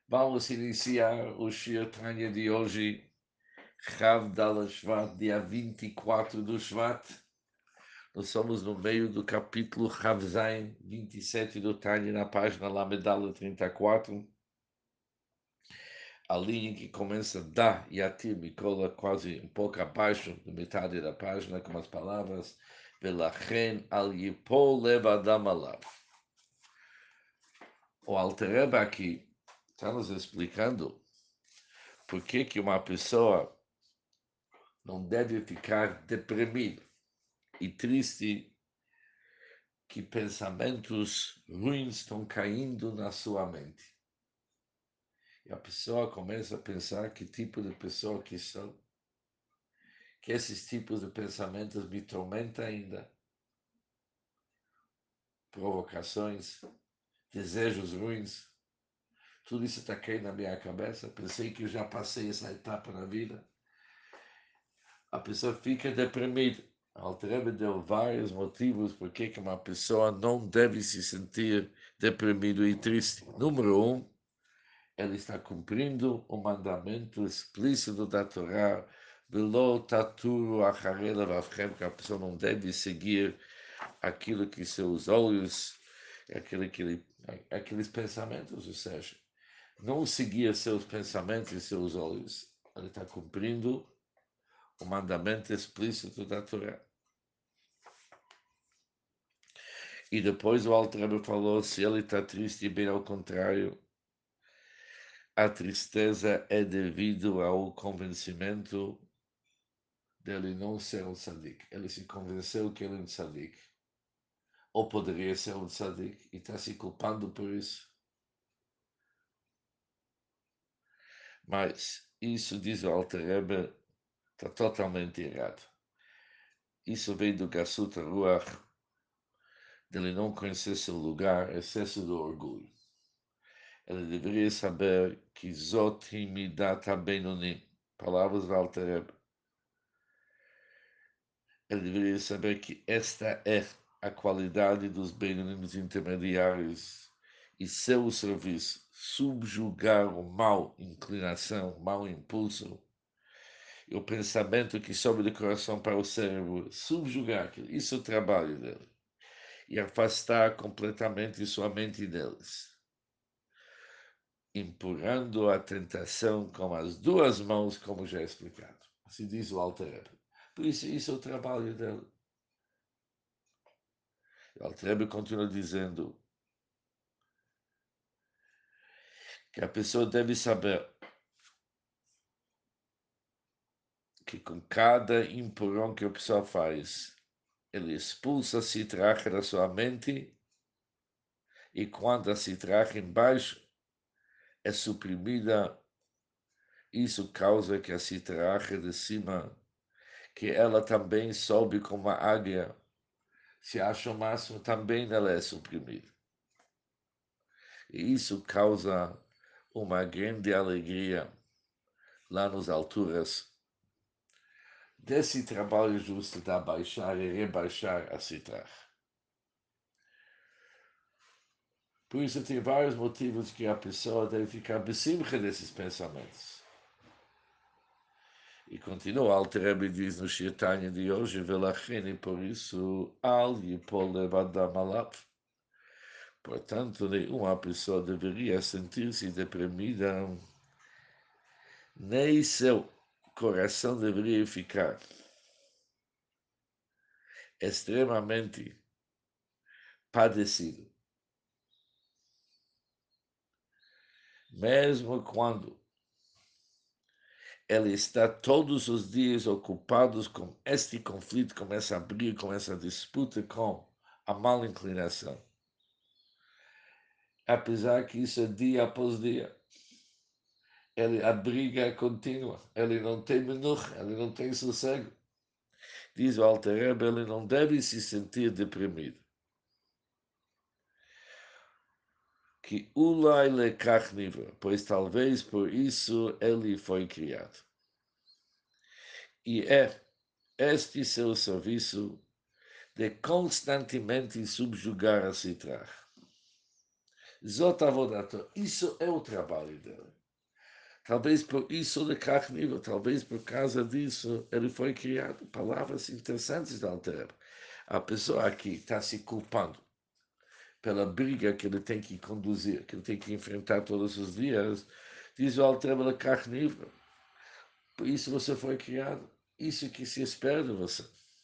Vamos iniciar o Shir Tanya de hoje, Rav Dal Shvat, dia 24 do Shvat. Nós somos no meio do capítulo Rav Zain, 27 do Tanya, na página Lamedala 34. A linha que começa da Yatir Mikola, quase um pouco abaixo da metade da página, com as palavras Velachen al Yipol Levadam Alav. O Alter Rebbe aqui está nos explicando por que uma pessoa não deve ficar deprimido e triste que pensamentos ruins estão caindo na sua mente. E a pessoa começa a pensar que tipo de pessoa que sou, que esses tipos de pensamentos me tormentam ainda. Provocações, desejos ruins, tudo isso está caindo na minha cabeça. Pensei que eu já passei essa etapa na vida. A pessoa fica deprimida. A Alter Rebbe deu vários motivos por que uma pessoa não deve se sentir deprimido e triste. Número um, ela está cumprindo o mandamento explícito da Torá, Velo taturu acharei levavchem, que a pessoa não deve seguir aquilo que seus olhos, aqueles pensamentos, ou seja, não seguir seus pensamentos e seus olhos. Ela está cumprindo o mandamento explícito da Torá. E depois o Alter Rebbe falou, se ele está triste, bem ao contrário, a tristeza é devido ao convencimento dele não ser um tzadik. Ele se convenceu que ele é um tzadik, ou poderia ser um tzadik, e está se culpando por isso. Mas isso, diz o Alter Rebbe, está totalmente errado. Isso vem do Gassut Ruach, dele não conhecer seu lugar, excesso do orgulho. Ele deveria saber que Zot Midat HaBeinonim, palavras do Alter Rebbe. Ele deveria saber que esta é a qualidade dos Beinonim intermediários e seu serviço, subjugar o mal inclinação, o mau impulso, e o pensamento que sobe do coração para o cérebro, subjugar aquilo, isso é o trabalho dele, e afastar completamente sua mente deles, empurrando a tentação com as duas mãos, como já explicado. Assim diz o Alter Rebbe. Por isso é o trabalho dele. O Alter Rebbe continua dizendo que a pessoa deve saber que com cada empurrão que a pessoa faz, ele expulsa a citraca da sua mente, e quando a citraca embaixo é suprimida, isso causa que a citraca de cima, que ela também sobe como a águia, se acha o máximo, também ela é suprimida. E isso causa uma grande alegria lá nas alturas desse trabalho justo de abaixar e rebaixar a citraca. Por isso tem vários motivos que a pessoa deve ficar besimcha desses pensamentos. E continua, Alter Rebbe diz no Shir Tanya de hoje, Velachin, e por isso, al yipol levadam alav. Portanto, nenhuma pessoa deveria sentir-se deprimida, nem seu coração deveria ficar extremamente padecido. Mesmo quando ele está todos os dias ocupado com este conflito, com essa briga, com essa disputa com a mal inclinação. Apesar que isso é dia após dia. A briga é contínua, ele não tem menuch, ele não tem sossego. Diz o Alter Rebbe, ele não deve se sentir deprimido. Que ulai lekach nivra, pois talvez por isso ele foi criado. E é este seu serviço de constantemente subjugar a citrar. Zot avodato. Isso é o trabalho dele. Talvez por isso de nível, talvez por causa disso, ele foi criado. Palavras interessantes da Alter. A pessoa aqui está se culpando pela briga que ele tem que conduzir, que ele tem que enfrentar todos os dias, diz o Alter nível. Por isso você foi criado. Isso que se espera de você.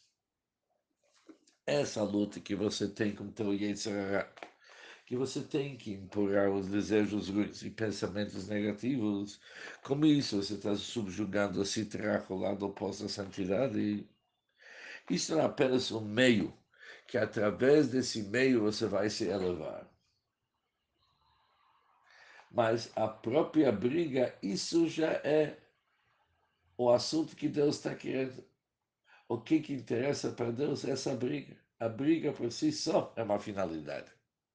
Essa luta que você tem com o teu Yetzirah, que você tem que empurrar os desejos ruins e pensamentos negativos. Com isso, você está subjugando a Sitra, o lado oposto à santidade. Isso não é apenas um meio, que através desse meio você vai se elevar. Mas a própria briga, isso já é o assunto que Deus está querendo. O que interessa para Deus é essa briga. A briga por si só é uma finalidade.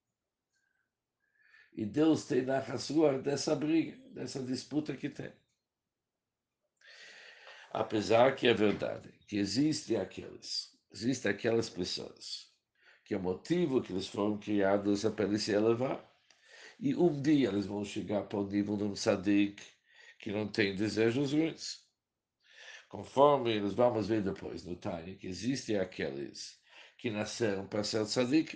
E Deus tem na sua dessa briga, dessa disputa que tem. Apesar que é verdade que existem aquelas pessoas que o motivo que eles foram criados é para eles se elevar. E um dia eles vão chegar para o nível de um tzadik que não tem desejos ruins. Conforme nós vamos ver depois no Tânia, que existem aqueles que nasceram para ser tzadik.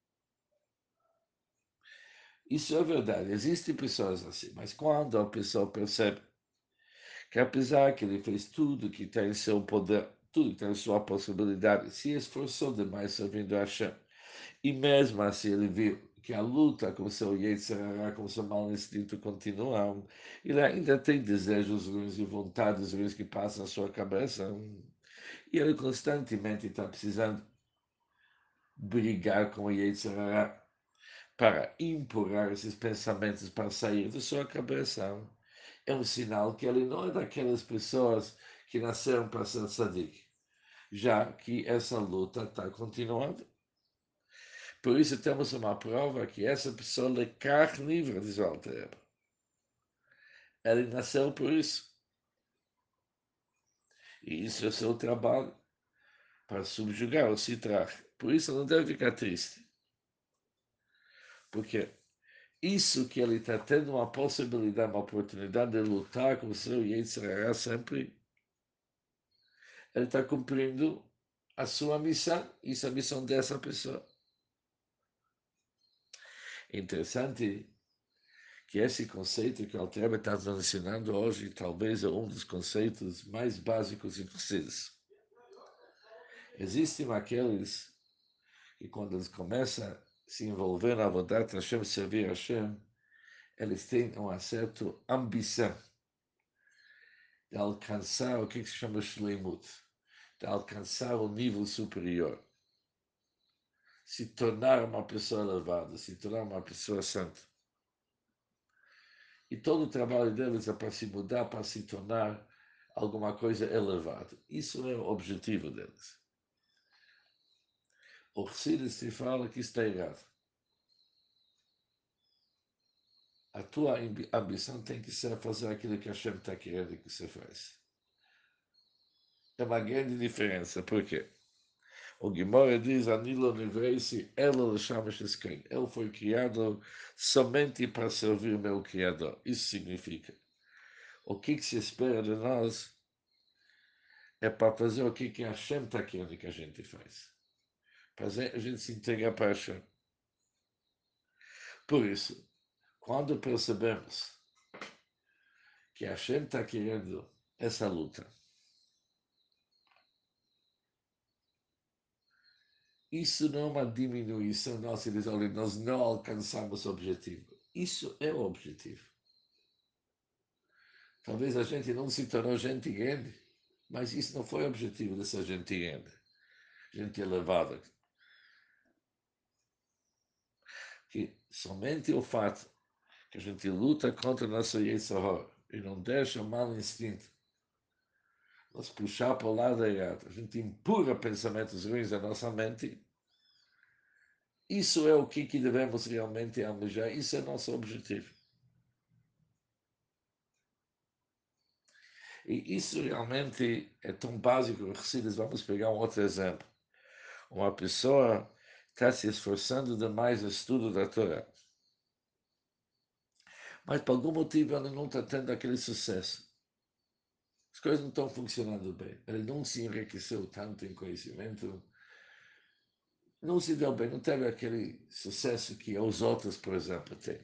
Isso é verdade, existem pessoas assim, mas quando a pessoa percebe que apesar que ele fez tudo que tem em seu poder, tudo que tem em sua possibilidade, se esforçou demais servindo a Hashem, e mesmo assim ele viu que a luta com seu Yetzirah, com seu mau instinto continua, ele ainda tem desejos ruins e vontades ruins que passam na sua cabeça, e ele constantemente está precisando brigar com o Yetzirah para empurrar esses pensamentos para sair da sua cabeça. É um sinal que ele não é daquelas pessoas que nasceram para ser tzadik, já que essa luta está continuando. Por isso temos uma prova que essa pessoa é carne livre, diz o Alter. Ele nasceu por isso. E isso é o seu trabalho, para subjugar o Sitra. Por isso não deve ficar triste. Porque isso que ele está tendo uma possibilidade, uma oportunidade de lutar com o seu Yetzirah sempre, ele está cumprindo a sua missão. Isso é a missão dessa pessoa. Interessante que esse conceito que o Altreba está nos ensinando hoje talvez é um dos conceitos mais básicos e precisos. Existem aqueles que quando eles começam a se envolver na vontade de Hashem, servir a Hashem, eles têm uma certa ambição de alcançar o que se chama Shleimut, de alcançar o nível superior, se tornar uma pessoa elevada, se tornar uma pessoa santa. E todo o trabalho deles é para se mudar, para se tornar alguma coisa elevada. Isso é o objetivo deles. O Chassidus te fala que isso está errado. A tua ambição tem que ser fazer aquilo que a Hashem está querendo que você faça. É uma grande diferença. Por quê? O Gemara diz, Anilo Nivreisi, Elo Leshamash Eskein. Ele foi criado somente para servir o meu Criador. Isso significa, o que se espera de nós é para fazer o que a Hashem está querendo que a gente faça. Fazer a gente se entregar para a Hashem. Por isso, quando percebemos que a Hashem está querendo essa luta, isso não é uma diminuição nossa, eles olha, nós não alcançamos o objetivo. Isso é o objetivo. Talvez a gente não se tornou gente grande, mas isso não foi o objetivo dessa gente grande, gente elevada. Que somente o fato que a gente luta contra o nosso Yetzirah e não deixa o mau instinto nos puxar para o lado errado, a gente empurra pensamentos ruins da nossa mente. Isso é o que devemos realmente almejar, isso é nosso objetivo. E isso realmente é tão básico, vamos pegar um outro exemplo. Uma pessoa está se esforçando demais no estudo da Torá. mas por algum motivo ele não está tendo aquele sucesso. As coisas não estão funcionando bem. Ele não se enriqueceu tanto em conhecimento, não se deu bem, não teve aquele sucesso que os outros, por exemplo, têm.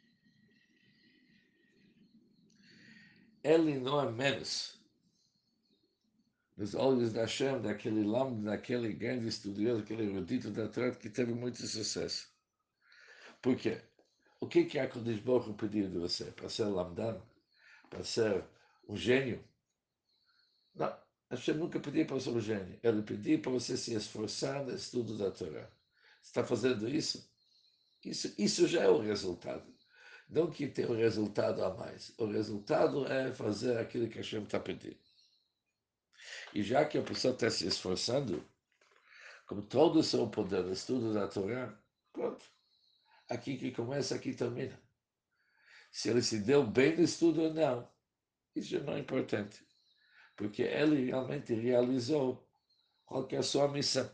Ele não é menos nos olhos da Hashem, daquele lama, daquele grande estudioso, aquele erudito da Torá que teve muito sucesso. Por quê? O que a Kodesh Baruch Hu pediu de você? Para ser lamdan? Para ser um gênio? Não. Hashem nunca pediu para ser um gênio. Ele pediu para você se esforçar no estudo da Torá. Você está fazendo isso? Isso já é o resultado. Não que tem um resultado a mais. O resultado é fazer aquilo que Hashem está pedindo. E já que a pessoa está se esforçando, como todo o seu poder no estudo da Torá, pronto. Aqui que começa, aqui termina. Se ele se deu bem no estudo ou não, isso não é importante. Porque ele realmente realizou qual que é a sua missão.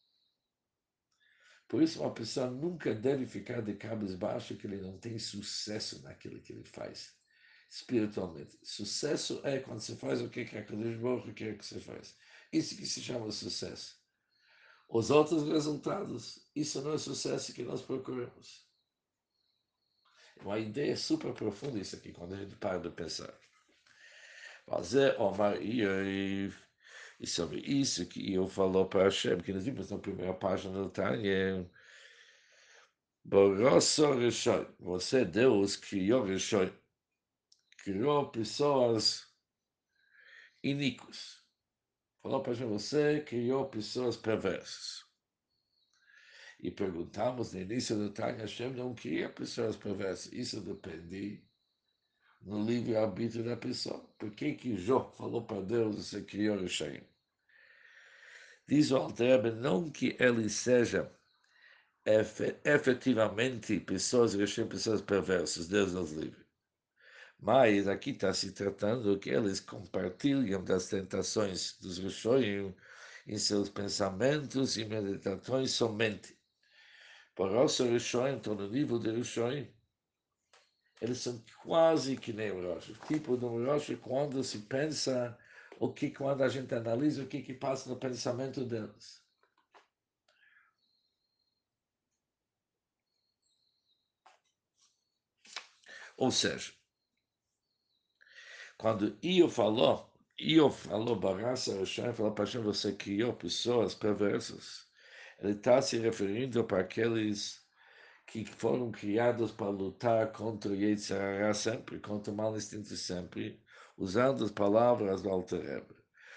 Por isso, uma pessoa nunca deve ficar de cabeça baixa que ele não tem sucesso naquilo que ele faz, espiritualmente. Sucesso é quando você faz o que a Kadosh Baruch Hu quer que você faz. Isso que se chama sucesso. Os outros resultados, isso não é sucesso que nós procuramos. É uma ideia super profunda isso aqui, quando a gente para de pensar. Fazer Omar e sobre isso que eu falou para Hashem, que nós vimos na primeira página do Tânia, Borosso Rishon, você, Deus, criou Rishon, criou pessoas iníquas. Falou para Hashem, você criou pessoas perversas. E perguntamos no início do Tânia, Hashem não cria pessoas perversas. Isso depende no livre-arbítrio da pessoa. Por que Jó falou para Deus, você criou Rishon? Diz o Alter, não que ele seja efetivamente pessoas Rishon, pessoas perversas, Deus nos livre. Mas aqui está se tratando que eles compartilham das tentações dos Rishonim em seus pensamentos e meditações somente. Por isso, Rishonim estão no nível de Rishonim. Eles são quase que nem o Rosh. O tipo do Rosh, quando se pensa, quando a gente analisa o que passa no pensamento deles. Ou seja, quando Io falou Baraça Hashem, falou para Hashem, você criou pessoas perversas. Ele está se referindo para aqueles que foram criados para lutar contra o Yetzirah sempre, contra o mal instinto sempre, usando as palavras do Alter Rebbe.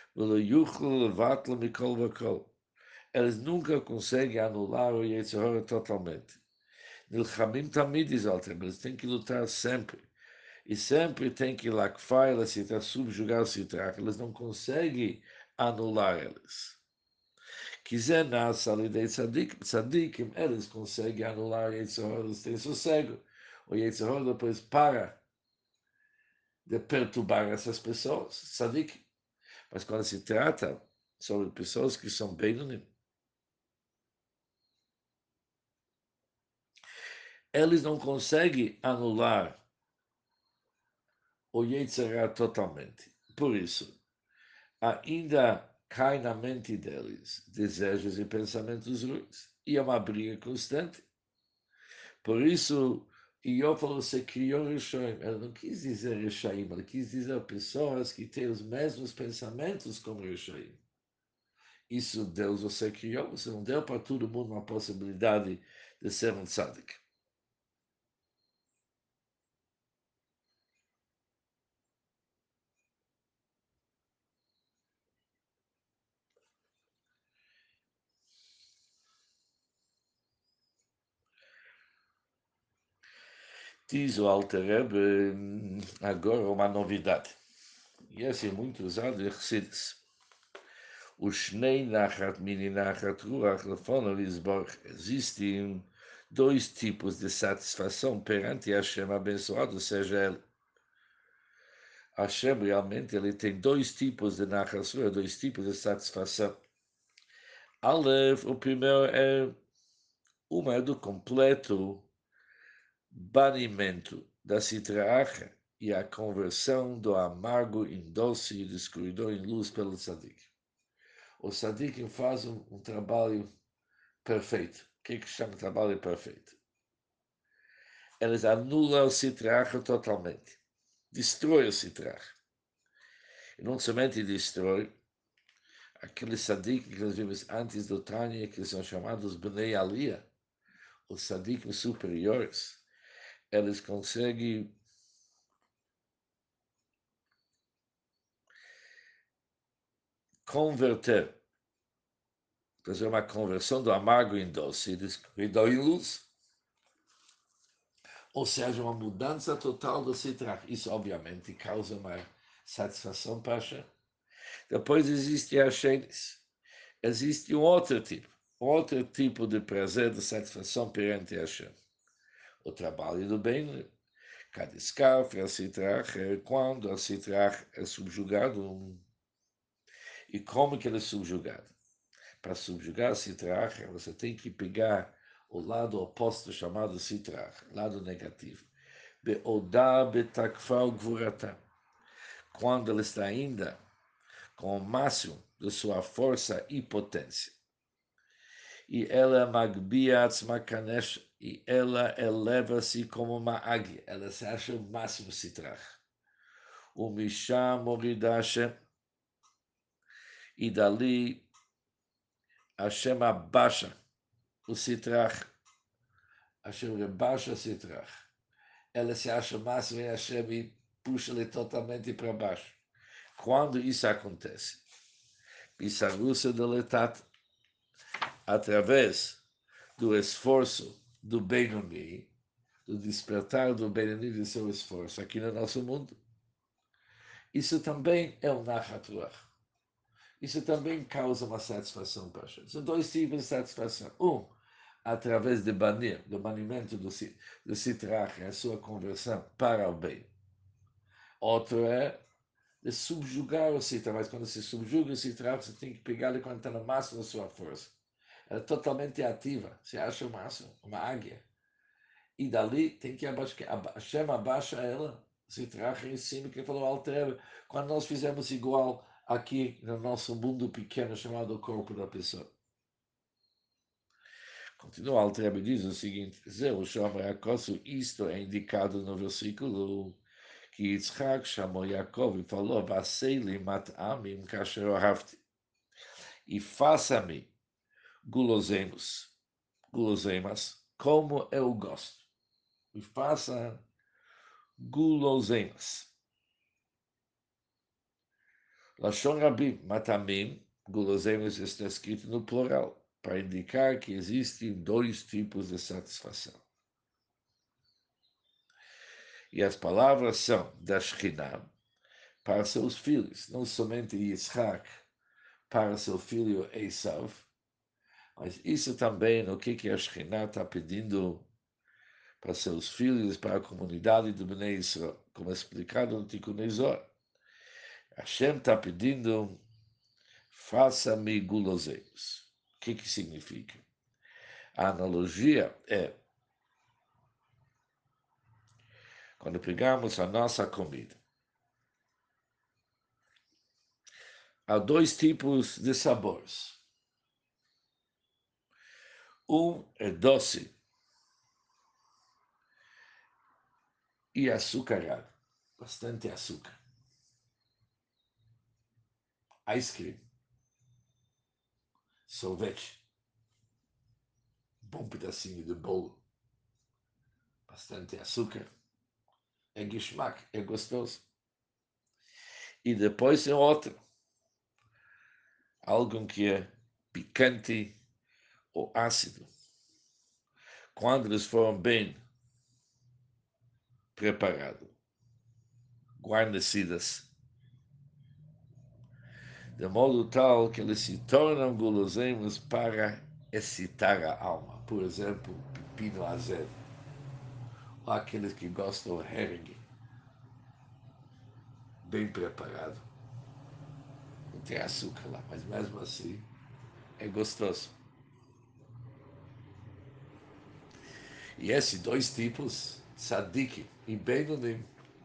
Eles nunca conseguem anular o Yetzirah totalmente. Nilchamim Tamid, diz o Alter Rebbe, eles têm que lutar sempre. E sempre tem que lakfar, subjugar o Sitra, eles não conseguem anular eles. Quiser nascer ali de tzadikim, eles conseguem anular o Yetzirah, eles têm sossego. O Yetzirah depois para de perturbar essas pessoas, tzadikim. Mas quando se trata sobre pessoas que são bem, eles não conseguem anular o Yetzirah totalmente. Por isso, ainda cai na mente deles desejos e pensamentos ruins. E é uma briga constante. Por isso, Iov falou, você criou Rishaim. Ele não quis dizer Rishaim, ele quis dizer pessoas que têm os mesmos pensamentos como Rishaim. Isso Deus você criou, você não deu para todo mundo uma possibilidade de ser um tzadik. Diz o Alter Rebbe, agora uma novidade. E essa é muito usado em Chassidus. O Shnei Nachat Mini Nachat Ruach Lefona Lisborg. Existem dois tipos de satisfação perante Hashem abençoado, seja ele. Hashem realmente ele tem dois tipos de Nachat Ruach, dois tipos de satisfação. Aleph, o primeiro é uma do completo banimento da citracha e a conversão do amargo em doce e do escuridão em luz pelo tzadik. O tzadik faz um trabalho perfeito. O que chama de trabalho perfeito? Eles anulam o citracha totalmente. Destrói o citracha. E não somente destrói, aqueles tzadik que nós vimos antes do Tânia, que são chamados Bnei Aliyah, os tzadikim superiores, eles conseguem converter, fazer uma conversão do amargo em doce e do escuridão em luz, ou seja, uma mudança total do citracha. Isso, obviamente, causa uma satisfação para Hashem. Depois existe a Shenis. Existe outro tipo de prazer, de satisfação perante Hashem. O trabalho do bem, cada escalfe, a citracha, quando a citracha é subjugado. E como que ele é subjugado? Para subjugar a citracha, você tem que pegar o lado oposto chamado citracha, lado negativo. Be'odá betakfal gvurata. Quando ele está ainda com o máximo de sua força e potência. E ela magbia atzmakanesh, e ela eleva-se como uma águia. Ela se acha o máximo citracha. O Mishá morida Hashem. E dali Hashem abaixa o citrach. Hashem rebaixa o citrach. Ela se acha máxima em Hashem e puxa-lhe totalmente para baixo. Quando isso acontece? Pissarusa deletat, através do esforço do Benoni, do despertar do Benoni de seu esforço aqui no nosso mundo, isso também é um Nachat. Isso também causa uma satisfação para Hashem. São dois tipos de satisfação. Através de banir, do banimento do citrache, a sua conversão para o bem. Outro é de subjugar o citrache. Mas quando se subjuga o citrache, você tem que pegar ele quando está no máximo da sua força. Ela é totalmente ativa. Você acha o máximo, uma águia. E dali tem que abaixar. Hashem abaixa ela, o citrache em cima, que ele falou, Alter, quando nós fizemos igual aqui no nosso mundo pequeno chamado corpo da pessoa. Continua, Alter diz o seguinte, Zeu chama Yaakov, isto é indicado no versículo que Yitzhak chamou Yaakov e falou, Vasei mat'amim kasher ohavti, e faça-me guloseimas, como eu gosto. E faça guloseimas. Lashon Rabim, matamim, guloseimas está escrito no plural, para indicar que existem dois tipos de satisfação. E as palavras são da Shekhinah para seus filhos, não somente Yitzhak para seu filho Esav, mas isso também no que a Shekhinah está pedindo para seus filhos, para a comunidade do Bnei Israel, como é explicado no Tikkun Zohar. Hashem está pedindo, faça-me guloseiros. O que significa? A analogia é, quando pegamos a nossa comida, há dois tipos de sabores. Um é doce e açucarado, bastante açúcar. Ice cream, sorvete, bom pedacinho de bolo, bastante açúcar. É Geschmack, é gostoso. E depois tem outro, algo que é picante ou ácido. Quando eles foram bem preparados, guarnecidas, de modo tal que eles se tornam guloseimas para excitar a alma. Por exemplo, pepino azedo, ou aqueles que gostam de hering, bem preparado. Não tem açúcar lá, mas mesmo assim é gostoso. E esses dois tipos Tzadikim e Beinonim,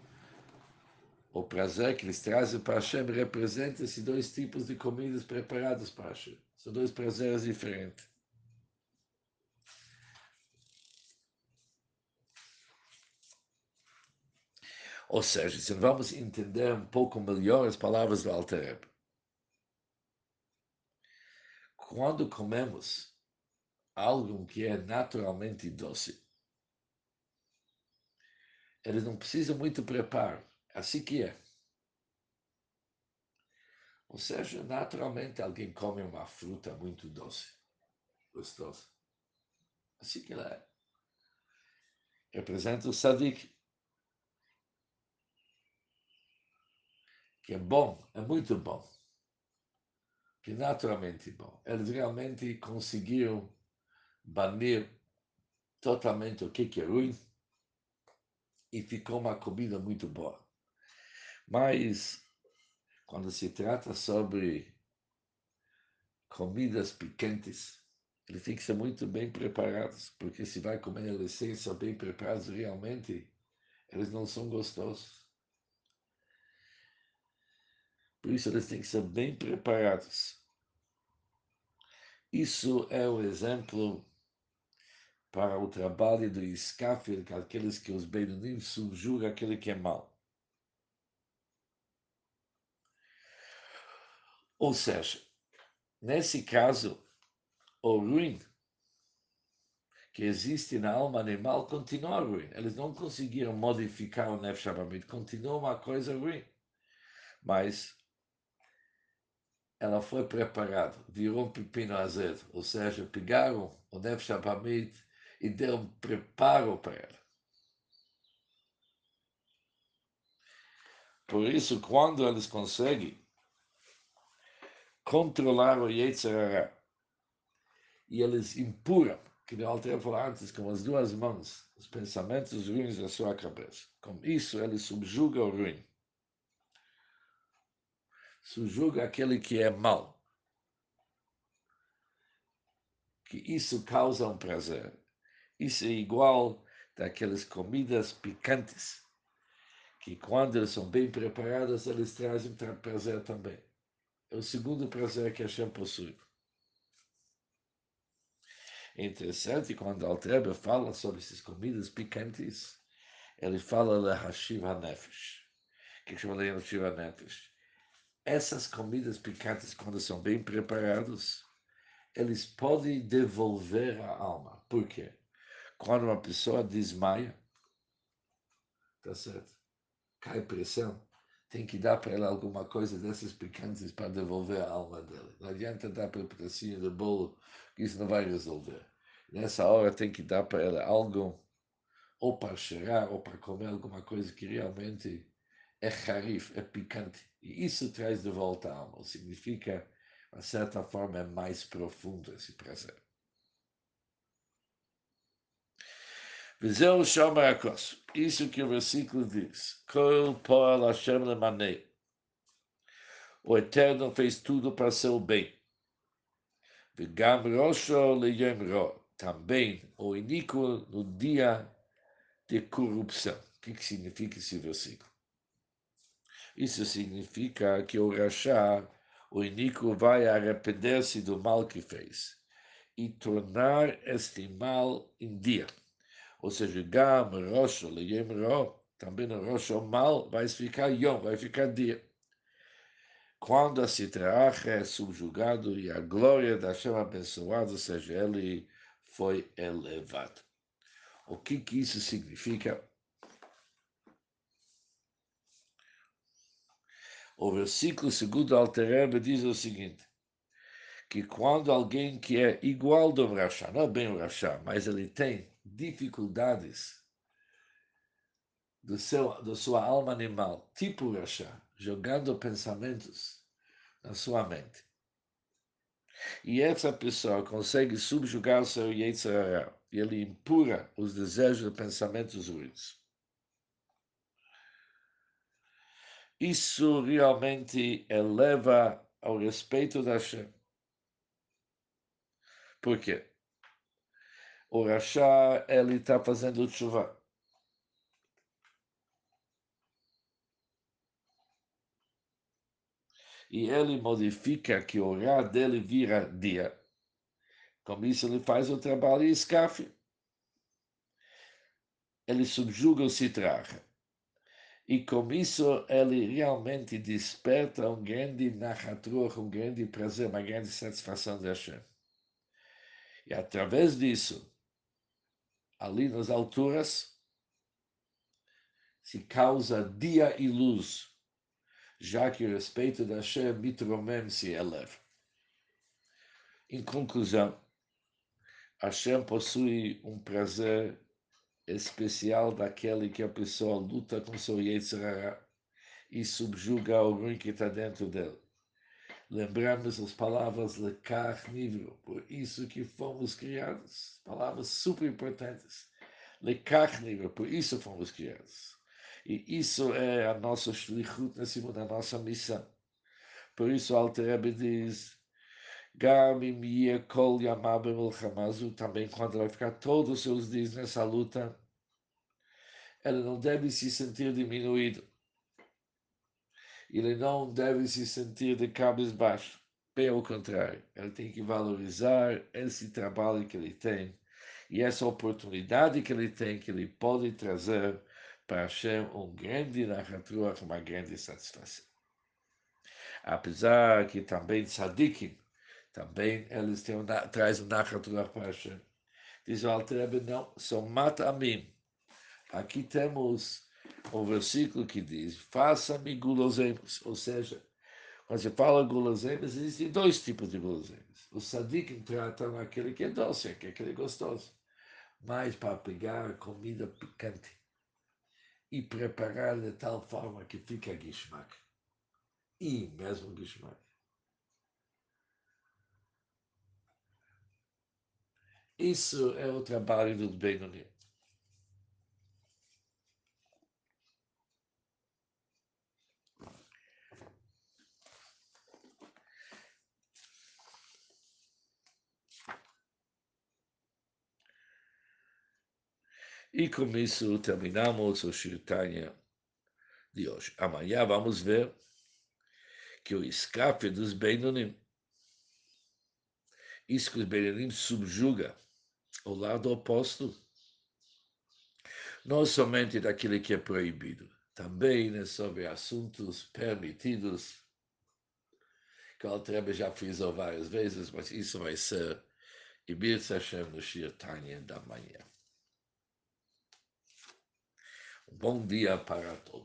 o prazer que eles trazem para Hashem representa esses dois tipos de comidas preparadas para Hashem. São dois prazeres diferentes. Ou seja, se vamos entender um pouco melhor as palavras do Alter Rebbe, quando comemos algo que é naturalmente doce, eles não precisam muito preparo. Assim que é. Ou seja, naturalmente alguém come uma fruta muito doce, gostosa. Assim que ela é. Representa o sadik, que é bom, é muito bom, que é naturalmente bom. Eles realmente conseguiram banir totalmente o que é ruim e ficou uma comida muito boa. Mas quando se trata sobre comidas picantes, eles têm que ser muito bem preparados, porque se vai comer eles sem ser bem preparados realmente, eles não são gostosos. Por isso eles têm que ser bem preparados. Isso é o exemplo para o trabalho do Iskafir, que aqueles que os Beinonim subjugam aquele que é mal. Ou seja, nesse caso, o ruim que existe na alma animal continua ruim. Eles não conseguiram modificar o Nefesh Abamid, continua uma coisa ruim. Mas ela foi preparada, virou um pepino azedo, ou seja, pegaram o Nefesh Abamid e deram um preparo para ela. Por isso, quando eles conseguem controlar o Yetzer Hara e eles impuram, que o Alter falou antes, com as duas mãos, os pensamentos ruins da sua cabeça. Com isso, eles subjugam o ruim. Subjuga aquele que é mal. Que isso causa um prazer. Isso é igual daquelas comidas picantes, que quando elas são bem preparadas, eles trazem prazer também. É o segundo prazer que Hashem possui. É interessante quando Alter fala sobre essas comidas picantes, ele fala de Hashiv HaNefesh. O que chama de Hashiv HaNefesh? Essas comidas picantes, quando são bem preparadas, eles podem devolver a alma. Por quê? Quando uma pessoa desmaia, tá certo? Cai pressão, tem que dar para ela alguma coisa dessas picantes para devolver a alma dela. Não adianta dar para um pedacinho de bolo, que isso não vai resolver. Nessa hora tem que dar para ela algo, ou para cheirar, ou para comer alguma coisa que realmente é harif, é picante. E isso traz de volta a alma. Significa, de certa forma, é mais profundo esse prazer. Vezeu chama a coisa. Isso que o versículo diz. Kol poel Hashem lemanei. O Eterno fez tudo para seu bem. Vegam rosho leyem ro. Também o iníquo no dia de corrupção. O que significa esse versículo? Isso significa que o rachá, o iníquo, vai arrepender-se do mal que fez e tornar este mal em dia. Ou seja, Gam, Rosh, Leyem, Ro, também o Rosh, o mal, vai ficar Yom, vai ficar dia. Quando a Sitraach é subjugado e a glória da Hashem abençoada, ou seja, ele foi elevado. O que isso significa? O versículo segundo Alter Rebbe diz o seguinte, que quando alguém que é igual do Rasha, não é bem o Rasha, mas ele tem dificuldades da sua alma animal, tipo Rasha, jogando pensamentos na sua mente. E essa pessoa consegue subjugar o seu Yetzer Hara, e ele impura os desejos e pensamentos ruins. Isso realmente eleva ao respeito da Hashem. Por quê? O Rasha, ele está fazendo tshuva. e ele modifica que o Ra dele vira dia. Com isso ele faz o trabalho e escafe. Ele subjuga o Sitracha. E com isso ele realmente desperta um grande nachatruach, um grande prazer, uma grande satisfação de Hashem. E através disso, ali nas alturas, se causa dia e luz, já que o respeito de Hashem mitromem se eleva. Em conclusão, Hashem possui um prazer especial daquele que a pessoa luta com seu Yetzer Hara e subjuga o ruim que está dentro dele. Lembramos as palavras Lekach Nivro, por isso que fomos criados. Palavras super importantes. Lekach Nivro, por isso fomos criados. E isso é a nossa shlichut nesse mundo, a nossa missão. Por isso, Alter Rebbe diz, Gam im kol yamav b'milchamazu, também quando vai ficar todos os seus dias nessa luta, ele não deve se sentir diminuído. Ele não deve se sentir de cabisbaixo. Bem ao contrário, ele tem que valorizar esse trabalho que ele tem e essa oportunidade que ele tem, que ele pode trazer para Hashem um grande nachatruach, uma grande satisfação. Apesar que também tzadikim, também eles têm traz um nachatruach para Hashem. Diz o Alter Rebbe, não, são matamim. Aqui temos um versículo que diz, faça-me guloseimas, ou seja, quando você fala guloseimas, existem dois tipos de guloseimas. Os sadikim tratam aquele que é doce, aquele gostoso, mas para pegar comida picante e preparar de tal forma que fica geschmack, e mesmo geschmack. Isso é o trabalho do Benoni. E com isso terminamos o Shirtanya de hoje. Amanhã vamos ver que o escape dos Benonim, isso que os Benonim subjuga o lado oposto, não somente daquilo que é proibido, também né, sobre assuntos permitidos, que o Altrebe já frisou várias vezes, mas isso vai ser Ibir Hashem no Shir Tanya da manhã. Um bom dia para todos.